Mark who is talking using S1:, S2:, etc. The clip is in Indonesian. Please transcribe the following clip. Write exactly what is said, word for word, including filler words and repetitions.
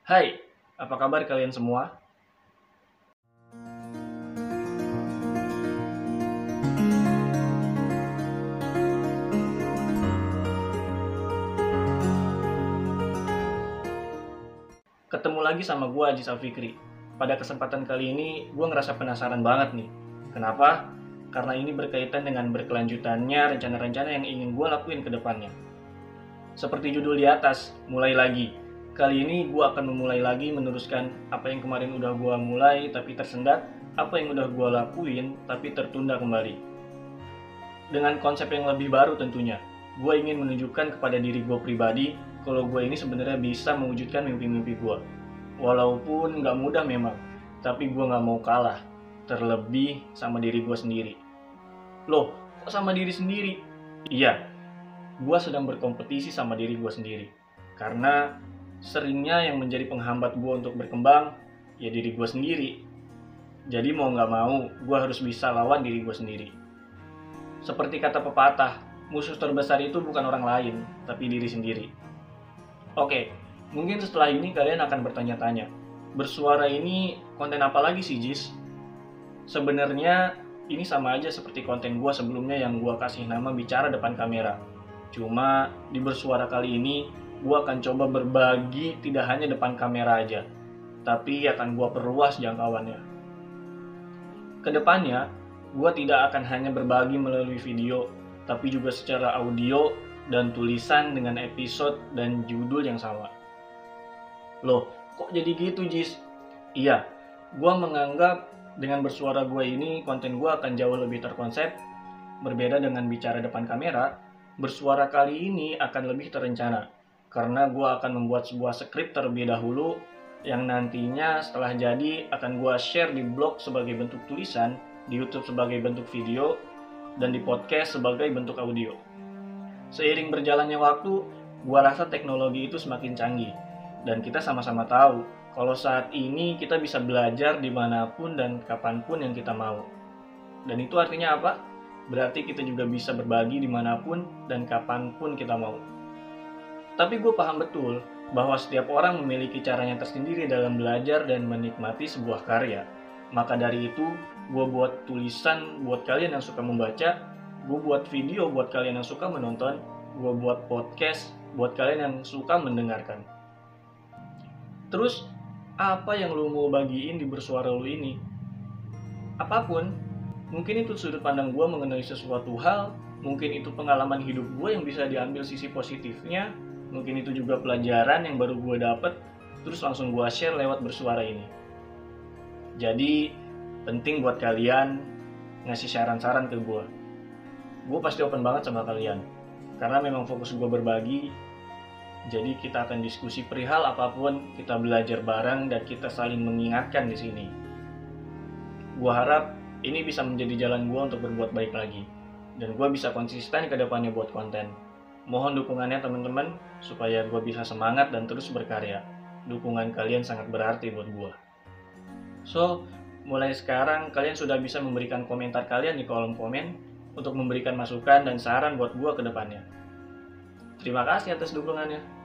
S1: Hai, apa kabar kalian semua? Ketemu lagi sama gue Aziz Alfikri. Pada kesempatan kali ini, gue ngerasa penasaran banget nih. Kenapa? Karena ini berkaitan dengan berkelanjutannya rencana-rencana yang ingin gue lakuin ke depannya. Seperti judul di atas, mulai lagi. Kali ini gue akan memulai lagi meneruskan apa yang kemarin udah gue mulai tapi tersendat, apa yang udah gue lakuin tapi tertunda kembali. Dengan konsep yang lebih baru tentunya, gue ingin menunjukkan kepada diri gue pribadi kalau gue ini sebenarnya bisa mewujudkan mimpi-mimpi gue. Walaupun nggak mudah memang, tapi gue nggak mau kalah, terlebih sama diri gue sendiri. Loh, kok sama diri sendiri? Iya, gue sedang berkompetisi sama diri gue sendiri. Karena seringnya yang menjadi penghambat gue untuk berkembang, ya diri gue sendiri. Jadi mau nggak mau, gue harus bisa lawan diri gue sendiri. Seperti kata pepatah, musuh terbesar itu bukan orang lain, tapi diri sendiri. Oke, mungkin setelah ini kalian akan bertanya-tanya, bersuara ini konten apa lagi sih, Jis? Sebenarnya ini sama aja seperti konten gue sebelumnya yang gue kasih nama bicara depan kamera. Cuma di bersuara kali ini, gue akan coba berbagi tidak hanya depan kamera aja, tapi akan gue perluas jangkauannya. Kedepannya, gue tidak akan hanya berbagi melalui video, tapi juga secara audio dan tulisan dengan episode dan judul yang sama. Loh, kok jadi gitu, Jis? Iya, gue menganggap dengan bersuara gue ini, konten gue akan jauh lebih terkonsep. Berbeda dengan bicara depan kamera, bersuara kali ini akan lebih terencana. Karena gue akan membuat sebuah skrip terlebih dahulu, yang nantinya setelah jadi akan gue share di blog sebagai bentuk tulisan, di YouTube sebagai bentuk video, dan di podcast sebagai bentuk audio. Seiring berjalannya waktu, gua rasa teknologi itu semakin canggih. Dan kita sama-sama tahu, kalau saat ini kita bisa belajar dimanapun dan kapanpun yang kita mau. Dan itu artinya apa? Berarti kita juga bisa berbagi dimanapun dan kapanpun kita mau. Tapi gue paham betul bahwa setiap orang memiliki caranya tersendiri dalam belajar dan menikmati sebuah karya. Maka dari itu, gue buat tulisan buat kalian yang suka membaca, gue buat video buat kalian yang suka menonton, gue buat podcast buat kalian yang suka mendengarkan. Terus, apa yang lu mau bagiin di bersuara lu ini? Apapun, mungkin itu sudut pandang gue mengenai sesuatu hal, mungkin itu pengalaman hidup gue yang bisa diambil sisi positifnya, mungkin itu juga pelajaran yang baru gue dapet, terus langsung gue share lewat bersuara ini. Jadi, penting buat kalian ngasih saran-saran ke gue. Gue pasti open banget sama kalian. Karena memang fokus gue berbagi. Jadi kita akan diskusi perihal apapun, kita belajar bareng dan kita saling mengingatkan di sini. Gue harap ini bisa menjadi jalan gue untuk berbuat baik lagi. Dan gue bisa konsisten ke depannya buat konten. Mohon dukungannya teman-teman, supaya gue bisa semangat dan terus berkarya. Dukungan kalian sangat berarti buat gue. So, mulai sekarang kalian sudah bisa memberikan komentar kalian di kolom komen untuk memberikan masukan dan saran buat gue ke depannya. Terima kasih atas dukungannya.